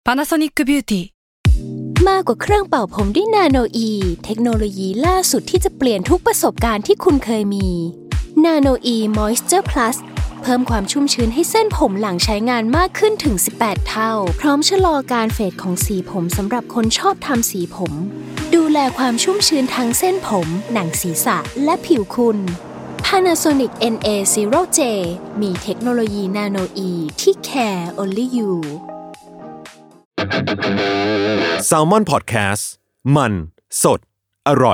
Panasonic Beauty มากกว่าเครื่องเป่าผมด้วยนาโนอีเทคโนโลยีล่าสุดที่จะเปลี่ยนทุกประสบการณ์ที่คุณเคยมีนาโนอีมอยส์เจอร์พลัสเพิ่มความชุ่มชื้นให้เส้นผมหลังใช้งานมากขึ้นถึง18เท่าพร้อมชะลอการเฟดของสีผมสำหรับคนชอบทำสีผมดูแลความชุ่มชื้นทั้งเส้นผมหนังศีรษะและผิวคุณ Panasonic NA0J มีเทคโนโลยีนาโนอีที่ care only you Salmon Podcast มันสดอร่อย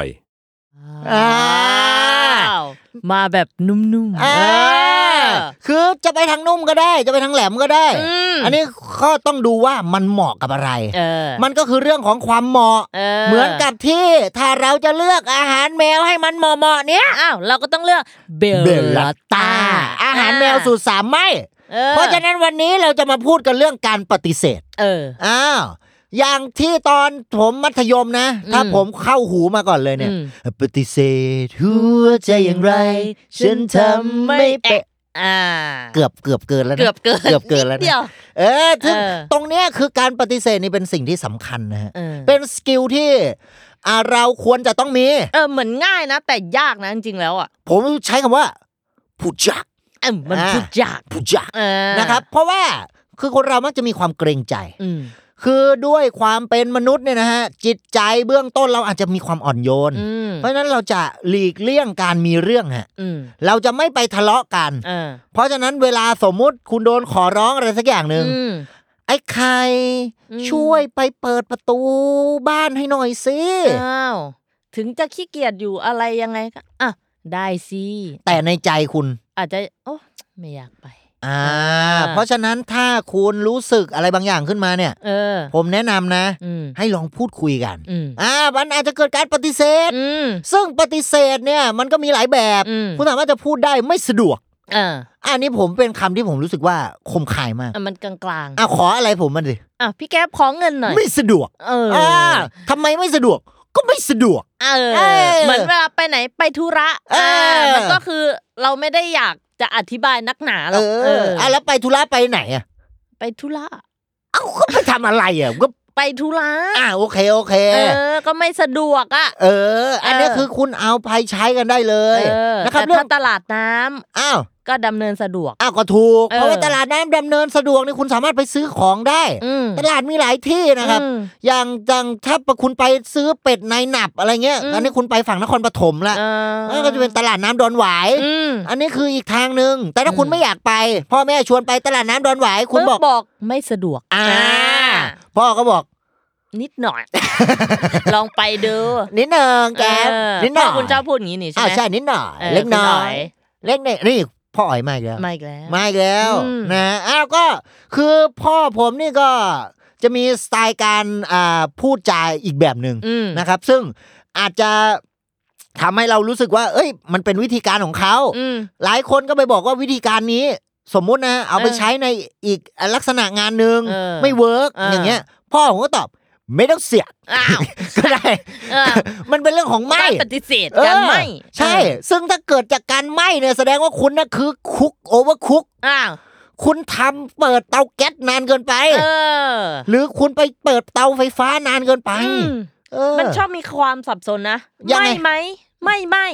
มาแบบนุ่มๆคือจะไปทางนุ่มก็ได้จะไปทางแหลมก็ได้อันนี้ก็ต้องดูว่ามันเหมาะกับอะไรมันก็คือเรื่องของความเหมาะเหมือนกับที่ถ้าเราจะเลือกอาหารแมวให้มันเหมาะๆเนี้ยเราก็ต้องเลือกเบลล่าต้าอาหารแมวสูตร3ไม่เพราะฉะนั้นวันนี้เราจะมาพูดกันเรื่องการปฏิเสธอย่างที่ตอนผมมัธยมนะถ้าผมเข้าหูมาก่อนเลยเนี่ยปฏิเสธหัวใจอย่างไรฉันทำไม่เป็นเกือบเกินแล้วนะเกือบเกินแล้วนะตรงเนี้ยคือการปฏิเสธนี่เป็นสิ่งที่สำคัญนะฮะเป็นสกิลที่เราควรจะต้องมีเหมือนง่ายนะแต่ยากนะจริงๆแล้วผมใช้คำว่าพูดยากมันพูดยากนะครับเพราะว่าคือคนเรามักจะมีความเกรงใจคือด้วยความเป็นมนุษย์เนี่ยนะฮะจิตใจเบื้องต้นเราอาจจะมีความอ่อนโยนเพราะฉะนั้นเราจะหลีกเลี่ยงการมีเรื่องฮะเราจะไม่ไปทะเลาะกันเพราะฉะนั้นเวลาสมมุติคุณโดนขอร้องอะไรสักอย่างนึงไอ้ใครช่วยไปเปิดประตูบ้านให้หน่อยสิถึงจะขี้เกียจอยู่อะไรยังไงก็ได้สิแต่ในใจคุณอาจจะไม่อยากไปเพราะฉะนั้นถ้าคุณรู้สึกอะไรบางอย่างขึ้นมาเนี่ยผมแนะนำนะให้ลองพูดคุยกันมันอาจจะเกิดการปฏิเสธซึ่งปฏิเสธเนี่ยมันก็มีหลายแบบคุณสามารถจะพูดได้ไม่สะดวกอันนี้ผมเป็นคำที่ผมรู้สึกว่าคมคายมากมันกลางๆขออะไรผมมันดิพี่แก๊ปขอเงินหน่อยไม่สะดวกทำไมไม่สะดวกก็ไม่สะดวกเหมือนเวลาไปไหนไปธุระมันก็คือเราไม่ได้อยากจะอธิบายนักหนาหรอกแล้วไปธุระไปไหนไปธุระก็ไปทำอะไรก็ไปธุระโอเคก็ไม่สะดวกอันนี้คือคุณเอาไปใช้กันได้เลยนะครับเรื่องตลาดน้ำก็ดำเนินสะดวกก็ถูกเพราะว่าตลาดน้ำดำเนินสะดวกนี่คุณสามารถไปซื้อของได้ตลาดมีหลายที่นะครับอย่างถ้าคุณไปซื้อเป็ดในหนับอะไรเงี้ยอันนี้คุณไปฝั่งนครปฐมละก็จะเป็นตลาดน้ำดอนหวายอันนี้คืออีกทางนึงแต่ถ้าคุณไม่อยากไปพ่อแม่ชวนไปตลาดน้ำดอนหวายคุณบอกไม่สะดวกพ่อก็บอกนิดหน่อยลองไปดูนิดหนึ่งแกนิดหน่อยคุณเจ้าพูดอย่างนี้นี่ใช่ไหมใช่นิดหน่อยเล็กน้อยเล็กนี่พ่ออ๋อยมาอีกแล้วนะก็คือพ่อผมนี่ก็จะมีสไตล์การพูดจาอีกแบบนึงนะครับซึ่งอาจจะทำให้เรารู้สึกว่ามันเป็นวิธีการของเขาหลายคนก็ไปบอกว่าวิธีการนี้สมมุตินะเอาไปใช้ในอีกลักษณะงานนึงไม่เวิร์กอย่างเงี้ยพ่อผมก็ตอบไม่ต้องเสียก็ได้มันเป็นเรื่องของไม่ปฏิเสธการไม่ใช่ซึ่งถ้าเกิดจากการไม่เนี่ยแสดงว่าคุณน่ะคือคุกโอเวอร์คุกคุณทำเปิดเตาแก๊สนานเกินไปหรือคุณไปเปิดเตาไฟฟ้านานเกินไปมันชอบมีความสับสนนะไม่ไหมไม่ไม่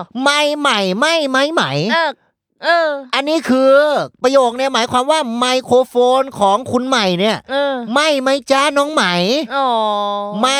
อันนี้คือประโยคเนี่ยหมายความว่าไมโครโฟนของคุณใหม่เนี่ยไม่จ้าน้องใหม่ไม่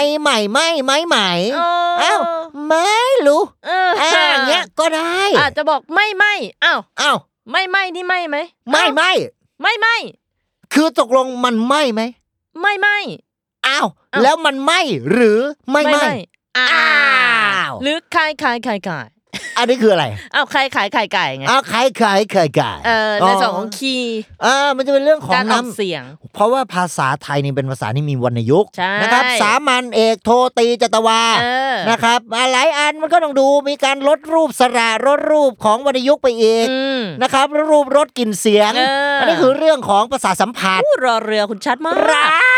ไม่รู้อย่างเงี้ยก็ได้อาจจะบอกไม่ไม่นี่ไม่ไหมไม่คือตกลงมันไม่ไหมไม่แล้วมันไม่หรือไม่หรือใครอันนี้คืออะไรใครขายไข่ไก่ไงใครขายไข่ไก่ในส่วนของคีย์มันจะเป็นเรื่องของน้ำเสียงเพราะว่าภาษาไทยนี่เป็นภาษาที่มีวรรณยุกต์นะครับสามัญเอกโทตีจัตวานะครับหลายอันมันก็ต้องดูมีการลดรูปสระลดรูปของวรรณยุกต์ไปอีกนะครับรูปลดกลิ่นเสียงอันนี้คือเรื่องของภาษาสัมพันธ์รอเรือคุณชัดมากรัก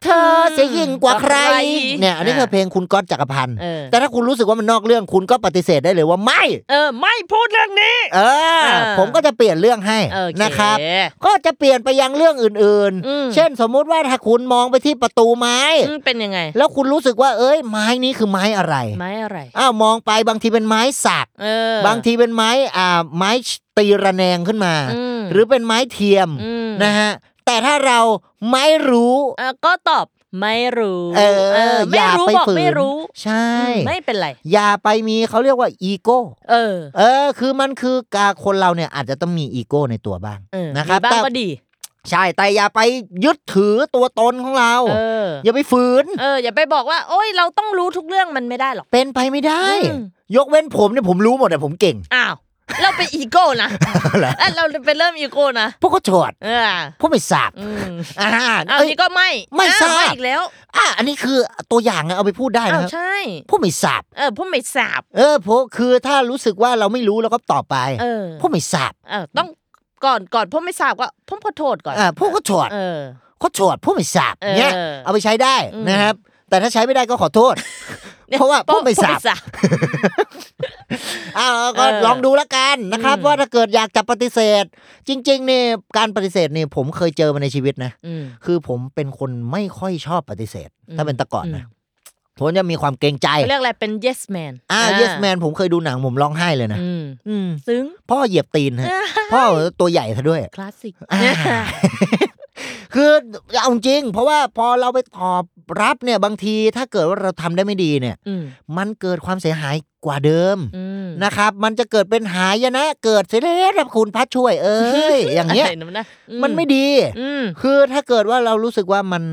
เธอเสียยิ่งกว่าใครเนี่ยอันนี้คือเพลงคุณก๊อตจักรพันธ์แต่ถ้าคุณรู้สึกว่ามันนอกเรื่องคุณก็ปฏิเสธได้เลยว่าไม่ไม่พูดเรื่องนี้ผมก็จะเปลี่ยนเรื่องให้นะครับก็จะเปลี่ยนไปยังเรื่องอื่นๆเช่นสมมุติว่าถ้าคุณมองไปที่ประตูไม้เป็นยังไงแล้วคุณรู้สึกว่าไม้นี้คือไม้อะไรมองไปบางทีเป็นไม้สักบางทีเป็นไม้ตีระแนงขึ้นมาหรือเป็นไม้เทียมนะฮะแต่ถ้าเราไม่รู้ก็ตอบไม่รู้อย่าไปฝืนไม่รู้ใช่ไม่เป็นไรอย่าไปมีเขาเรียกว่าอีโก้คือมันคือการคนเราเนี่ยอาจจะต้องมีอีโก้ในตัวบ้างนะครับบ้างก็ดีใช่แต่อย่าไปยึดถือตัวตนของเราอย่าไปฝืนอย่าไปบอกว่าโอ๊ยเราต้องรู้ทุกเรื่องมันไม่ได้หรอกเป็นไปไม่ได้ยกเว้นผมเนี่ยผมรู้หมดแต่ผมเก่งอ้าวเราเป็นอีโก้นะเราเป็นเริ่มอีโก้นะพวกก็โฉดพวกไม่ทราบอันนี้ก็ไม่ทราบอีกแล้วอันนี้คือตัวอย่างเอาไปพูดได้นะครับใช่พวกไม่ทราบพวกไม่ทราบพวกคือถ้ารู้สึกว่าเราไม่รู้เราก็ตอบไปพวกไม่ทราบต้องก่อนพวกไม่ทราบก็พวกขอโทษก่อนพวกก็โฉดก็โฉดพวกไม่ทราบเนี้ยเอาไปใช้ได้นะครับแต่ถ้าใช้ไม่ได้ก็ขอโทษเพราะว่าพวกไม่ทราบก็ลองดูแล้วกันนะครับว่าถ้าเกิดอยากจะปฏิเสธจริงๆเนี่ยการปฏิเสธเนี่ยผมเคยเจอมาในชีวิตนะคือผมเป็นคนไม่ค่อยชอบปฏิเสธถ้าเป็นแต่ก่อนนะผมจะมีความเกรงใจเรียกอะไรเป็น yes man yes man ผมเคยดูหนังผมร้องไห้เลยนะซึ้งพ่อเหยียบตีนฮะพ่อตัวใหญ่ซะด้วยคลาสสิกคือเอาจริงเพราะว่าพอเราไปตอบรับเนี่ยบางทีถ้าเกิดว่าเราทำได้ไม่ดีเนี่ยมันเกิดความเสียหายกว่าเดิมนะครับมันจะเกิดเป็นหายนะเกิดเสียแล้วคุณพัดช่วยอย่างเงี้ยมันไม่ดีคือถ้าเกิดว่าเรารู้สึกว่ามัน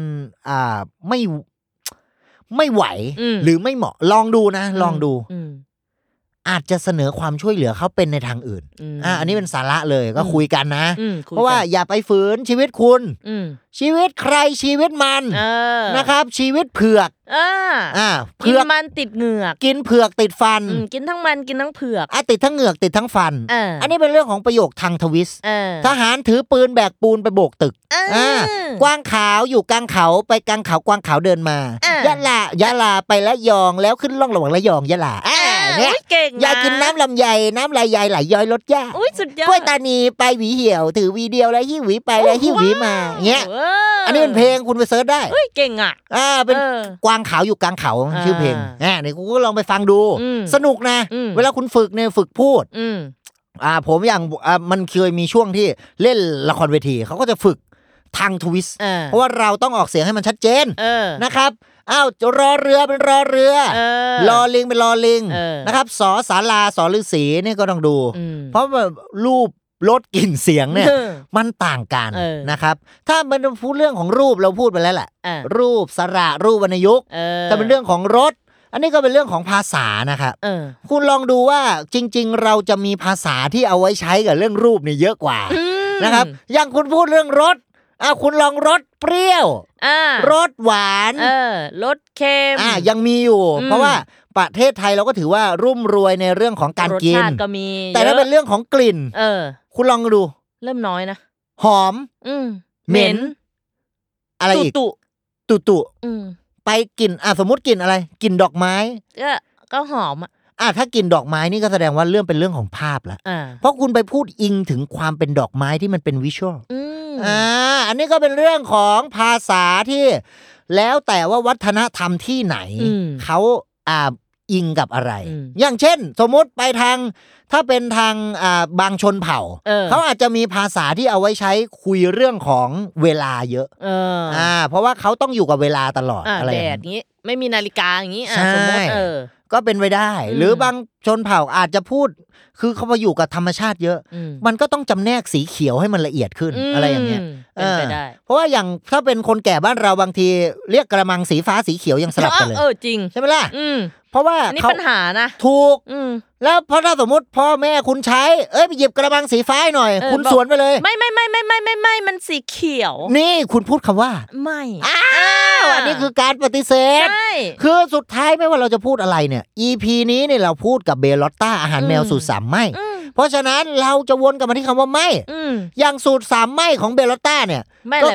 ไม่ไหวหรือไม่เหมาะลองดูนะลองดูอาจจะเสนอความช่วยเหลือเขาเป็นในทางอื่นอันนี้เป็นสาระเลยก็คุยกันนะเพราะว่าอย่าไปฝืนชีวิตคุณชีวิตใครชีวิตมันนะครับชีวิตเผือกกินมันติดเหงือกกินเผือกติดฟันกินทั้งมันกินทั้งเผือกติดทั้งเหงือกติดทั้งฟันอันนี้เป็นเรื่องของประโยคทางทวิสทหารถือปืนแบกปูนไปโบกตึกกวางขาวอยู่กลางเขาไปกลางเขากวางขาวเดินมายะลาไประยองแล้วขึ้นล่องระหว่างระยองยะลาเนี่ยยายกินน้ำลำไยน้ำลายยายไหลย้อยรถย่าสุดยอดกล้วยตานีไปหวีเหี่ยวถือวีเดียวแล้วหิ้วหวีไปแล้วหิ้วหวีมาเงี้ยอันนี้เป็นเพลงคุณไปเสิร์ชได้เก่งอ่ะเป็นกวางขาวอยู่กลางเขาชื่อเพลงนี่คุณก็ลองไปฟังดูสนุกนะเวลาคุณฝึกเนี่ยฝึกพูดผมอย่างมันเคยมีช่วงที่เล่นละครเวทีเขาก็จะฝึกทางทวิสเพราะว่าเราต้องออกเสียงให้มันชัดเจนนะครับรอเรือเป็นรอเรือรอลิงเป็นรอลิงนะครับสอศาลาสอฤาษีนี่ก็ต้องดูเพราะว่ารูปลดกลิ่นเสียงเนี่ยมันต่างกันนะครับถ้ามันพูดเรื่องของรูปเราพูดไปแล้วแหละรูปสระรูปวรรณยุกต์ถ้าเป็นเรื่องของรถอันนี้ก็เป็นเรื่องของภาษานะครับคุณลองดูว่าจริงๆเราจะมีภาษาที่เอาไว้ใช้กับเรื่องรูปเนี่ยเยอะกว่านะครับอย่างคุณพูดเรื่องรถคุณลองรสเปรี้ยวรสหวานรสเค็มยังมีอยู่เพราะว่าประเทศไทยเราก็ถือว่ารุ่มรวยในเรื่องของการกินก็มีแต่ถ้าเป็นเรื่องของกลิ่นคุณลองดูเริ่มน้อยนะหอมเหม็นอะไรอีกตุไปกลิ่นสมมติกลิ่นอะไรกลิ่นดอกไม้ก็หอมถ้ากลิ่นดอกไม้นี่ก็แสดงว่าเรื่องเป็นเรื่องของภาพแล้วเพราะคุณไปพูดอิงถึงความเป็นดอกไม้ที่มันเป็นวิชวลอันนี้ก็เป็นเรื่องของภาษาที่แล้วแต่ว่าวัฒนธรรมที่ไหนเขาอิงกับอะไรอย่างเช่นสมมติไปทางถ้าเป็นทางบางชนเผ่าเขาอาจจะมีภาษาที่เอาไว้ใช้คุยเรื่องของเวลาเยอะเพราะว่าเขาต้องอยู่กับเวลาตลอดอะไรอย่างนี้ไม่มีนาฬิกาอย่างนี้สมมติก็เป็นไปได้หรือบางชนเผ่าอาจจะพูดคือเขามาอยู่กับธรรมชาติเยอะมันก็ต้องจำแนกสีเขียวให้มันละเอียดขึ้นอะไรอย่างเงี้ยเป็นไปได้เพราะว่าอย่างถ้าเป็นคนแก่บ้านเราบางทีเรียกกระมังสีฟ้าสีเขียวยังสลับกันเลยจริงใช่ไหมล่ะเพราะว่านี่ปัญหานะถูกแล้วเพราะถ้าสมมติพ่อแม่คุณใช้ไปหยิบกระมังสีฟ้าหน่อยคุณสวนไปเลยไม่มันสีเขียวนี่คุณพูดคำว่าไม่อันนี้คือการปฏิเสธคือสุดท้ายไม่ว่าเราจะพูดอะไรเนี่ย EP นี้เนี่ยเราพูดกับเบลลอตต้าอาหารแมวสูตร3ไม่เพราะฉะนั้นเราจะวนกลับมาที่คำว่าไม่อย่างสูตร3ไม่ของเบลลอตต้าเนี่ยไม่อะไรบ้าง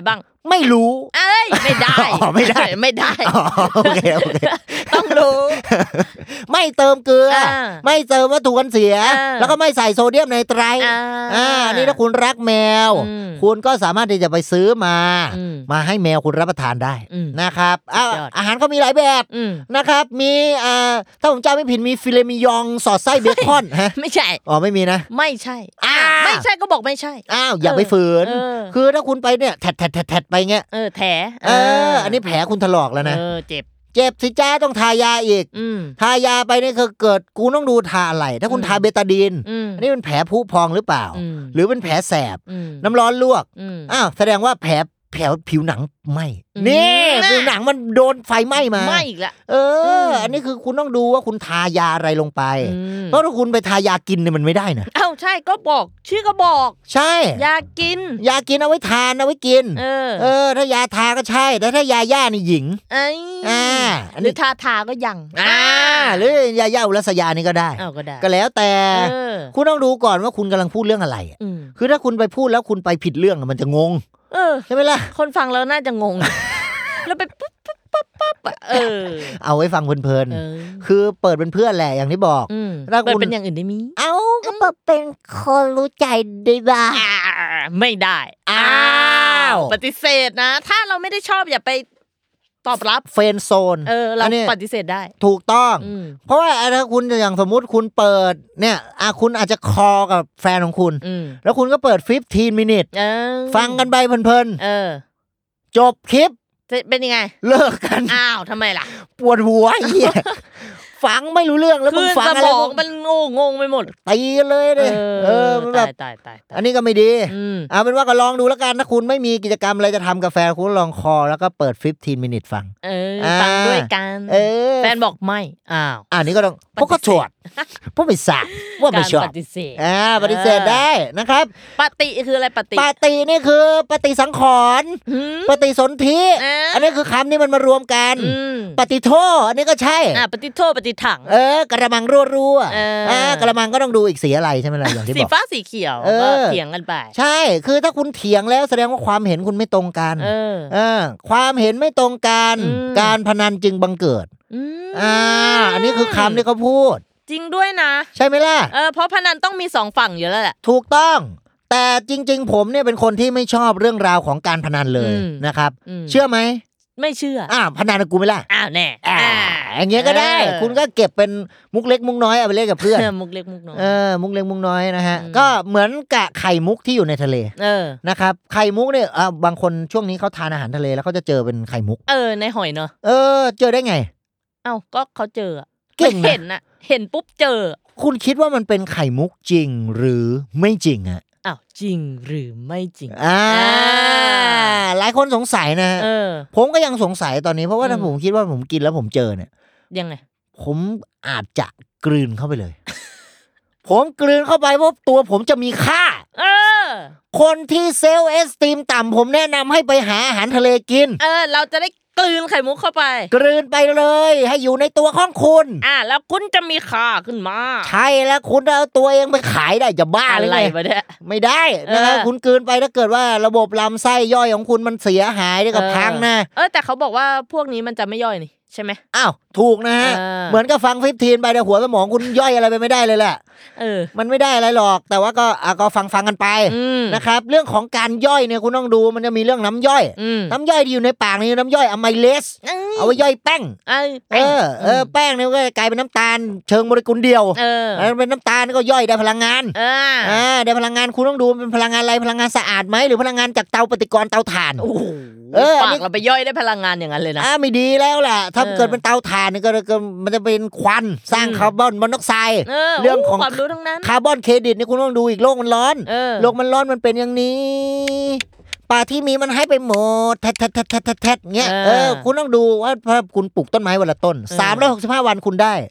ไม่รู้ไม่ได้ไม่ได้โอเคต้องรู้ไม่เติมเกลือไม่เติมวัตถุกันเสียแล้วก็ไม่ใส่โซเดียมไนไตรท์นี่ถ้าคุณรักแมวคุณก็สามารถที่จะไปซื้อมาให้แมวคุณรับประทานได้นะครับอาหารเขามีหลายแบบนะครับมีถ้าผมจำไม่ผิดมีฟิเลมิยองสอดไส้เบคอนฮะไม่ใช่ไม่มีนะไม่ใช่ไม่ใช่ก็บอกไม่ใช่อย่าไปฝืนคือถ้าคุณไปเนี่ยแทดไปเงี้ยแผลอันนี้แผลคุณถลอกแล้วนะเจ็บสิจ้าต้องทายาอีกทายาไปนี่คือเกิดกูต้องดูทาอะไรถ้าคุณทาเบตาดีนอันนี้เป็นแผลผุพองหรือเปล่าหรือเป็นแผลแสบน้ำร้อนลวกแสดงว่าแผลผิวหนังไหม้นี่ผิวหนังมันโดนไฟไหม้มาไหม้อีกแล้วอันนี้คือคุณต้องดูว่าคุณทายาอะไรลงไปเพราะถ้าคุณไปทายากินเนี่ยมันไม่ได้นะใช่ก็บอกชื่อก็บอกใช่ยากินเอาไว้ทานเอาไว้กินถ้ายาทาก็ใช่แต่ถ้ายาย่านี่หญิงหรือทาก็ยังหรือยาย่าอุรัสยานี่ก็ได้ก็แล้วแต่คุณต้องดูก่อนว่าคุณกำลังพูดเรื่องอะไรคือถ้าคุณไปพูดแล้วคุณไปผิดเรื่องมันจะงงใช่ไหมล่ะคนฟังแล้วน่าจะงงแล้วไปปุ๊บเอาไว้ฟังเพลินๆคือเปิดเป็นเพื่อนแหละอย่างที่บอกถ้าคุณเป็นอย่างอื่นได้มั้ยก็เปิดเป็นคนรู้ใจได้บ้างไม่ได้ปฏิเสธนะถ้าเราไม่ได้ชอบอย่าไปตอบรับเฟรนด์โซนเราปฏิเสธได้ถูกต้องเพราะว่าถ้าคุณอย่างสมมุติคุณเปิดเนี่ยคุณอาจจะคอกับแฟนของคุณแล้วคุณก็เปิด15 minutes ฟังกันไปเพลินๆจบคลิปจะเป็นยังไงเลิกกันทำไมล่ะปวดหัวเหี้ยฟังไม่รู้เรื่องแล้วมึงฟังอะไรมันงงไปหมดตีกันเลยดิมันแบบอันนี้ก็ไม่ดีเป็นว่าก็ลองดูแล้วกันถ้าคุณไม่มีกิจกรรมอะไรจะทำกับแฟนคุณลองคอแล้วก็เปิด15 minutes ฟังฟังด้วยกันแฟนบอกไม่อันนี้ก็ต้องพวกก็ชวดพวกไม่สาว่าไม่ชอบปฏิเสธปฏิเสธได้นะครับปฏิคืออะไรปฏินี่คือปฏิสังขรณ์ปฏิสนธิอันนี้คือคำนี่มันมารวมกันปฏิโทอันนี้ก็ใช่ปฏิโทปฏิถังกระมังรั่วกระมังก็ต้องดูอีกสีอะไรใช่ไหมล่ะอย่างที่บอกสีฟ้าสีเขียวเถียงกันไปใช่คือถ้าคุณเถียงแล้วแสดงว่าความเห็นคุณไม่ตรงกันความเห็นไม่ตรงกันการพนันจึงบังเกิดอันนี้คือคำที่เขาพูดจริงด้วยนะใช่ไหมล่ะเพราะพนันต้องมี2ฝั่งอยู่แล้วแหละถูกต้องแต่จริงๆผมเนี่ยเป็นคนที่ไม่ชอบเรื่องราวของการพนันเลยนะครับเชื่อไหมไม่เชื่อพนันกูไม่ล่ะแน่อย่างเงี้ยก็ได้คุณก็เก็บเป็นมุกเล็กมุกน้อยเอาไปเล่นกับเพื่อนมุกเล็กมุกน้อยมุกเล็กมุกน้อยนะฮะก็เหมือนกับไข่มุกที่อยู่ในทะเลนะครับไข่มุกเนี่ยบางคนช่วงนี้เขาทานอาหารทะเลแล้วเขาจะเจอเป็นไข่มุกในหอยเนอะเจอได้ไงก็เขาเจอเก่งนะเห็นปุ๊บเจอคุณคิดว่ามันเป็นไข่มุกจริงหรือไม่จริงอะจริงหรือไม่จริงหลายคนสงสัยนะผมก็ยังสงสัยตอนนี้เพราะว่าถ้าผมคิดว่าผมกินแล้วผมเจอเนี่ยยังไงผมอาจจะกลืนเข้าไปเลย ผมกลืนเข้าไปเพราะตัวผมจะมีค่าคนที่เซลล์เอสติมต่ำผมแนะนำให้ไปหาอาหารทะเลกินเราจะได้กลืนไข่มุกเข้าไปกลืนไปเลยให้อยู่ในตัวของคุณแล้วคุณจะมีค่าขึ้นมาใช่แล้วคุณเอาตัวเองไปขายได้จะบ้าเลยไงไม่ได้นะครับคุณกลืนไปถ้าเกิดว่าระบบลำไส้ย่อยของคุณมันเสียหายได้กับพังนะแต่เขาบอกว่าพวกนี้มันจะไม่ย่อยนี่ใช่ไหมถูกนะฮะเหมือนกับฟัง15ไปแต่หัวสมองคุณย่อยอะไรไปไม่ได้เลยแหละมันไม่ได้อะไรหรอกแต่ว่าก็ฟังกันไปนะครับเรื่องของการย่อยเนี่ยคุณต้องดูมันจะมีเรื่องน้ำย่อยที่อยู่ในปากนี่น้ำย่อยอะไมเลสเอาไว้ย่อยแป้งแป้งเนี่ยก็กลายเป็นน้ำตาลเชิงโมเลกุลเดียวเป็นน้ำตาลก็ย่อยได้พลังงานได้พลังงานคุณต้องดูเป็นพลังงานอะไรพลังงานสะอาดไหมหรือพลังงานจากเตาปฏิกรณ์เตาถ่านปากเราไปย่อยได้พลังงานอย่างนั้นเลยนะไม่ดีแล้วล่ะถ้าเกิดเป็นเตาถ่านนี่ก็มันจะเป็นควันสร้างคาร์บอนมอนอกไซด์เรื่องของความรู้ทั้งนั้นคาร์บอนเครดิตนี่คุณต้องดูอีกโลกมันร้อนโลกมันร้อนมันเป็นอย่างนี้ป่าที่มีมันให้ไปหมดแทดเงี้ยคุณต้องดูว่าถ้าคุณปลูกต้นไม้วันละต้น365วันคุณได้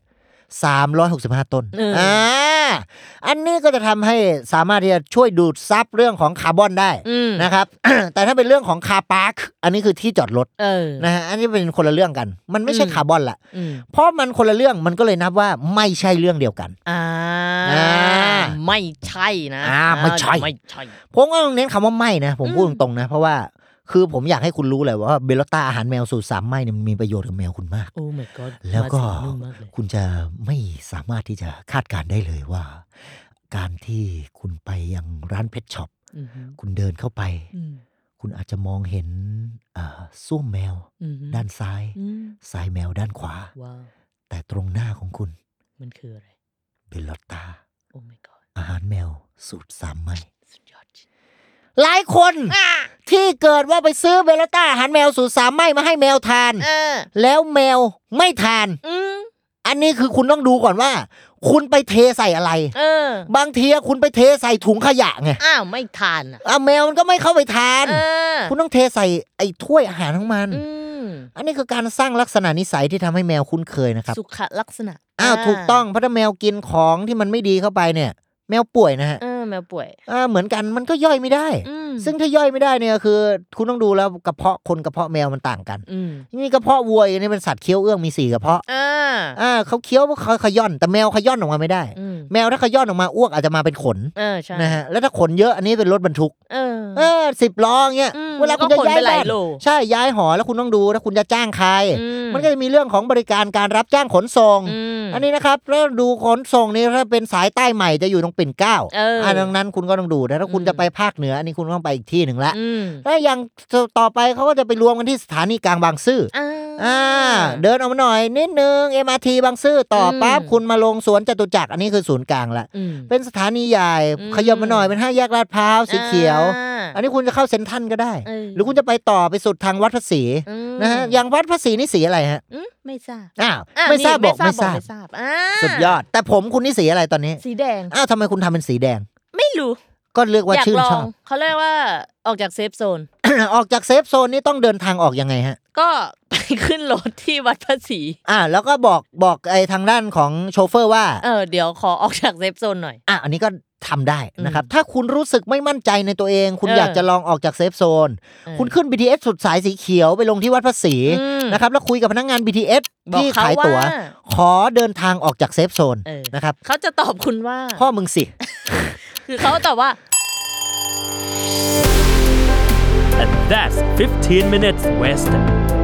365ต้นอันนี้ก็จะทำให้สามารถที่จะช่วยดูดซับเรื่องของคาร์บอนได้นะครับ แต่ถ้าเป็นเรื่องของคาร์พาร์คอันนี้คือที่จอดรถนะฮะอันนี้เป็นคนละเรื่องกันมันไม่ใช่คาร์บอนละเพราะมันคนละเรื่องมันก็เลยนับว่าไม่ใช่เรื่องเดียวกันไม่ใช่นะไม่ใช่ผมก็ต้องเน้นคำว่าไม่นะผมพูดตรงๆนะเพราะว่าคือผมอยากให้คุณรู้เลยว่าเบลต้าอาหารแมวสูตร3 ไหม้เนี่ยมันมีประโยชน์กับแมวคุณมากโอ้ my god แล้วก็คุณจะไม่สามารถที่จะคาดการได้เลยว่าการที่คุณไปยังร้านเพชช็อปคุณเดินเข้าไปคุณอาจจะมองเห็นส้วมแมวด้านซ้ายทรายแมวด้านขวาแต่ตรงหน้าของคุณมันคืออะไรเบลต้าโอ้ my god อาหารแมวสูตร3 ไหม้หลายคนที่เกิดว่าไปซื้อเบลต้าอาหารแมวสูตร3 ไหม้มาให้แมวทานแล้วแมวไม่ทานอันนี้คือคุณต้องดูก่อนว่าคุณไปเทใส่อะไรบางทีคุณไปเทใส่ถุงขยะไงไม่ทานแมวมันก็ไม่เข้าไปทานคุณต้องเทใส่ไอ้ถ้วยอาหารของมันอันนี้คือการสร้างลักษณะนิสัยที่ทำให้แมวคุ้นเคยนะครับสุขลักษณะถูกต้องเพราะถ้าแมวกินของที่มันไม่ดีเข้าไปเนี่ยแมวป่วยนะฮะแมวป่วยเหมือนกันมันก็ย่อยไม่ได้ซึ่งถ้าย่อยไม่ได้เนี่ยคือคุณต้องดูแล้วกระเพาะคนกระเพาะแมวมันต่างกันนี่กระเพาะวัวนี่เป็นสัตว์เคี้ยวเอื้องมี4กระเพาะเขาเคี้ยวเขาขย่อนแต่แมวขย่อนออกมาไม่ได้แมวถ้าขย่อนออกมาอ้วกอาจจะมาเป็นขนนะฮะแล้วถ้าขนเยอะอันนี้เป็นรถบรรทุก10 ล้อเงี้ยเวลาคุณจะย้ายบ้านใช่ย้ายหอแล้วคุณต้องดูถ้าคุณจะจ้างใครมันก็จะมีเรื่องของบริการการรับจ้างขนส่งอันนี้นะครับแล้วดูขนส่งนี่ถ้าเป็นสายใต้ใหม่จะอยู่ตรงปิ่นเกล้าดังนั้นคุณก็ต้องดูถ้าคุณจะไปภาคเหนืออันนี้คุณต้องไปอีกที่หนึ่งละแล้วอย่างต่อไปเขาก็จะไปรวมกันที่สถานีกลางบางซื่อเดินออกมาหน่อยนิดนึง MRT บางซื่อต่อปั๊บคุณมาลงสวนจตุจักรอันนี้คือศูนย์กลางละเป็นสถานีใหญ่ขยับมาหน่อยเป็น5 แยกลาดพร้าวสีเขียวอันนี้คุณจะเข้าเซ็นทรัลก็ได้หรือคุณจะไปต่อไปสุดทางวัดพระศรีนะฮะอย่างวัดพระศรีนี่สีอะไรฮะไม่ทราบไม่ทราบบอกไม่ทราบสุดยอดแต่ผมคุณนี่สีอะไรตอนนี้สีแดงทำไมคุณทำเป็นสีแดงไม่รู้ก็เรียกว่าชื่นชอบเขาเรียกว่าออกจากเซฟโซนออกจากเซฟโซนนี่ต้องเดินทางออกยังไงฮะก็ไปขึ้นรถที่วัดพระศรีแล้วก็บอกไอ้ทางด้านของโชเฟอร์ว่าเดี๋ยวขอออกจากเซฟโซนหน่อยอันนี้ก็ทำได้นะครับถ้าคุณรู้สึกไม่มั่นใจในตัวเองคุณอยากจะลองออกจากเซฟโซนคุณขึ้น BTS สุดสายสีเขียวไปลงที่วัดพระศรีนะครับแล้วคุยกับพนักงาน BTS ที่ขายตั๋วขอเดินทางออกจากเซฟโซนนะครับเขาจะตอบคุณว่าพ่อมึงสิคือเขาตอบว่า And that's 15 minutes west